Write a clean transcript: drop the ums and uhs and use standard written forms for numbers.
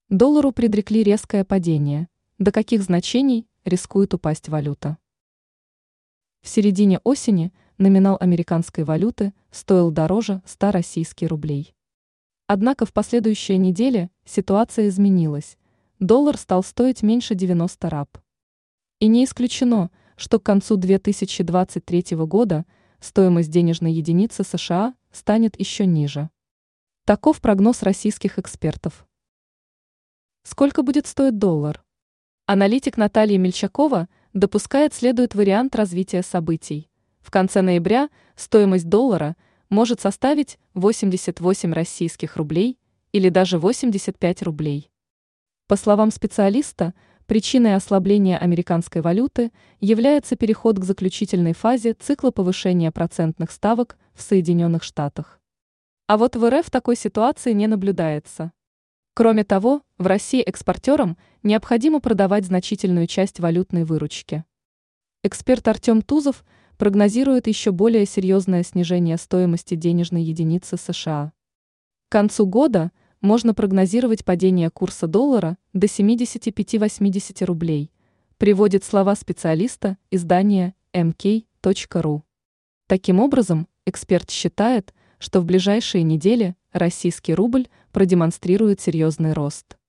Доллару предрекли резкое падение. До каких значений рискует упасть валюта? В середине осени номинал американской валюты стоил дороже 100 российских рублей. Однако в последующие недели ситуация изменилась. Доллар стал стоить меньше 90 раб. И не исключено, что к концу 2023 года стоимость денежной единицы США станет еще ниже. Таков прогноз российских экспертов. Сколько будет стоить доллар? Аналитик Наталья Мельчакова допускает следует вариант развития событий. В конце ноября стоимость доллара может составить 88 российских рублей или даже 85 рублей. По словам специалиста, причиной ослабления американской валюты является переход к заключительной фазе цикла повышения процентных ставок в Соединенных Штатах. А вот в РФ такой ситуации не наблюдается. Кроме того, в России экспортерам необходимо продавать значительную часть валютной выручки. Эксперт Артем Тузов прогнозирует еще более серьезное снижение стоимости денежной единицы США. К концу года можно прогнозировать падение курса доллара до 75-80 рублей, приводит слова специалиста издания mk.ru. Таким образом, эксперт считает, что в ближайшие недели российский рубль продемонстрирует серьезный рост.